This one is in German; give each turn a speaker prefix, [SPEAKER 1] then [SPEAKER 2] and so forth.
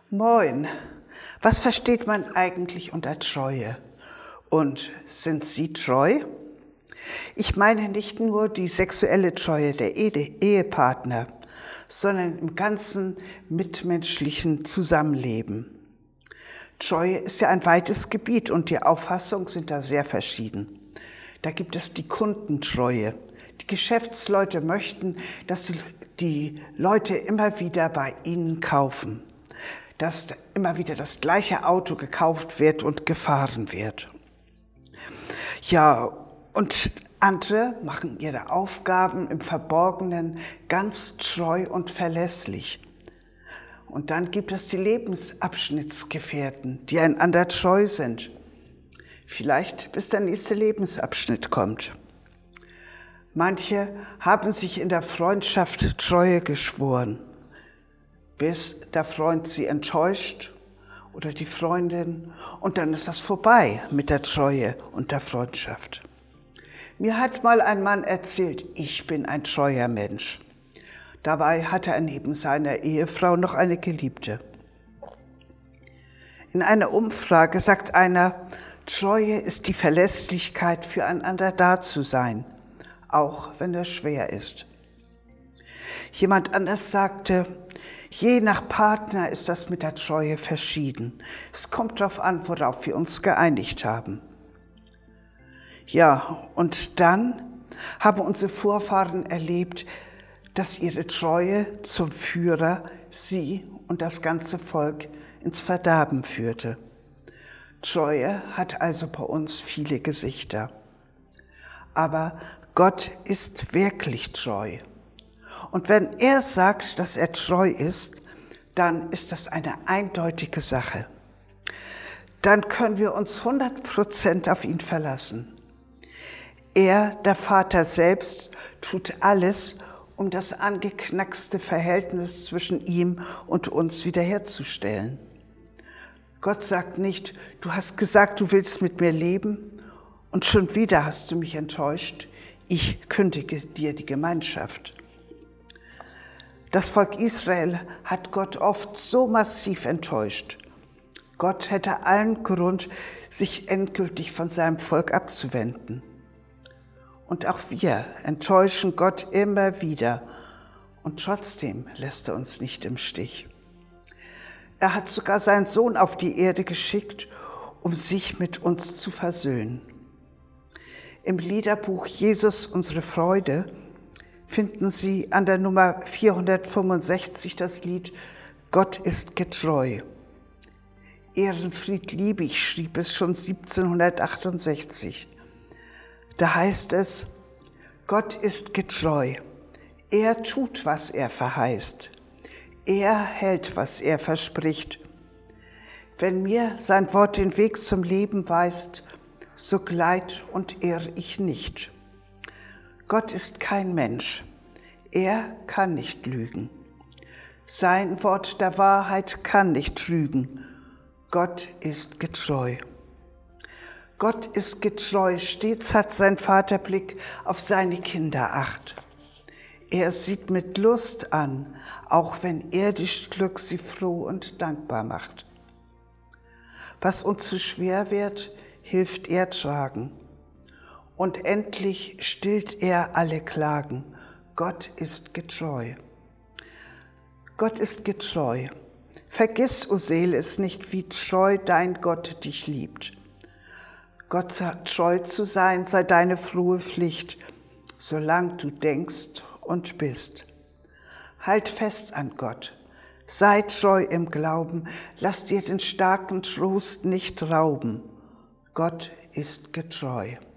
[SPEAKER 1] Moin. Was versteht man eigentlich unter Treue? Und sind Sie treu? Ich meine nicht nur die sexuelle Treue der Ehepartner, sondern im ganzen mitmenschlichen Zusammenleben. Treue ist ja ein weites Gebiet und die Auffassungen sind da sehr verschieden. Da gibt es die Kundentreue. Die Geschäftsleute möchten, dass die Leute immer wieder bei ihnen kaufen, dass immer wieder das gleiche Auto gekauft wird und gefahren wird. Ja, und andere machen ihre Aufgaben im Verborgenen ganz treu und verlässlich. Und dann gibt es die Lebensabschnittsgefährten, die einander treu sind. Vielleicht bis der nächste Lebensabschnitt kommt. Manche haben sich in der Freundschaft Treue geschworen, bis der Freund sie enttäuscht oder die Freundin, und dann ist das vorbei mit der Treue und der Freundschaft. Mir hat mal ein Mann erzählt, ich bin ein treuer Mensch. Dabei hatte er neben seiner Ehefrau noch eine Geliebte. In einer Umfrage sagt einer, Treue ist die Verlässlichkeit, füreinander da zu sein, auch wenn es schwer ist. Jemand anders sagte, je nach Partner ist das mit der Treue verschieden. Es kommt darauf an, worauf wir uns geeinigt haben. Ja, und dann haben unsere Vorfahren erlebt, dass ihre Treue zum Führer sie und das ganze Volk ins Verderben führte. Treue hat also bei uns viele Gesichter. Aber Gott ist wirklich treu. Und wenn er sagt, dass er treu ist, dann ist das eine eindeutige Sache. Dann können wir uns 100% auf ihn verlassen. Er, der Vater selbst, tut alles, um das angeknackste Verhältnis zwischen ihm und uns wiederherzustellen. Gott sagt nicht, du hast gesagt, du willst mit mir leben und schon wieder hast du mich enttäuscht. Ich kündige dir die Gemeinschaft. Das Volk Israel hat Gott oft so massiv enttäuscht. Gott hätte allen Grund, sich endgültig von seinem Volk abzuwenden. Und auch wir enttäuschen Gott immer wieder. Und trotzdem lässt er uns nicht im Stich. Er hat sogar seinen Sohn auf die Erde geschickt, um sich mit uns zu versöhnen. Im Liederbuch Jesus, unsere Freude, finden Sie an der Nummer 465 das Lied Gott ist getreu. Ehrenfried Liebig schrieb es schon 1768. Da heißt es, Gott ist getreu. Er tut, was er verheißt. Er hält, was er verspricht. Wenn mir sein Wort den Weg zum Leben weist, so gleit und irr ich nicht. Gott ist kein Mensch. Er kann nicht lügen. Sein Wort der Wahrheit kann nicht trügen. Gott ist getreu. Gott ist getreu, stets hat sein Vaterblick auf seine Kinder Acht. Er sieht mit Lust an, auch wenn irdisch Glück sie froh und dankbar macht. Was uns zu schwer wird, hilft er tragen. Und endlich stillt er alle Klagen. Gott ist getreu. Gott ist getreu. Vergiss, o Seele, es nicht, wie treu dein Gott dich liebt. Gott sagt, treu zu sein, sei deine frohe Pflicht, solang du denkst und bist. Halt fest an Gott, sei treu im Glauben, lass dir den starken Trost nicht rauben. Gott ist getreu.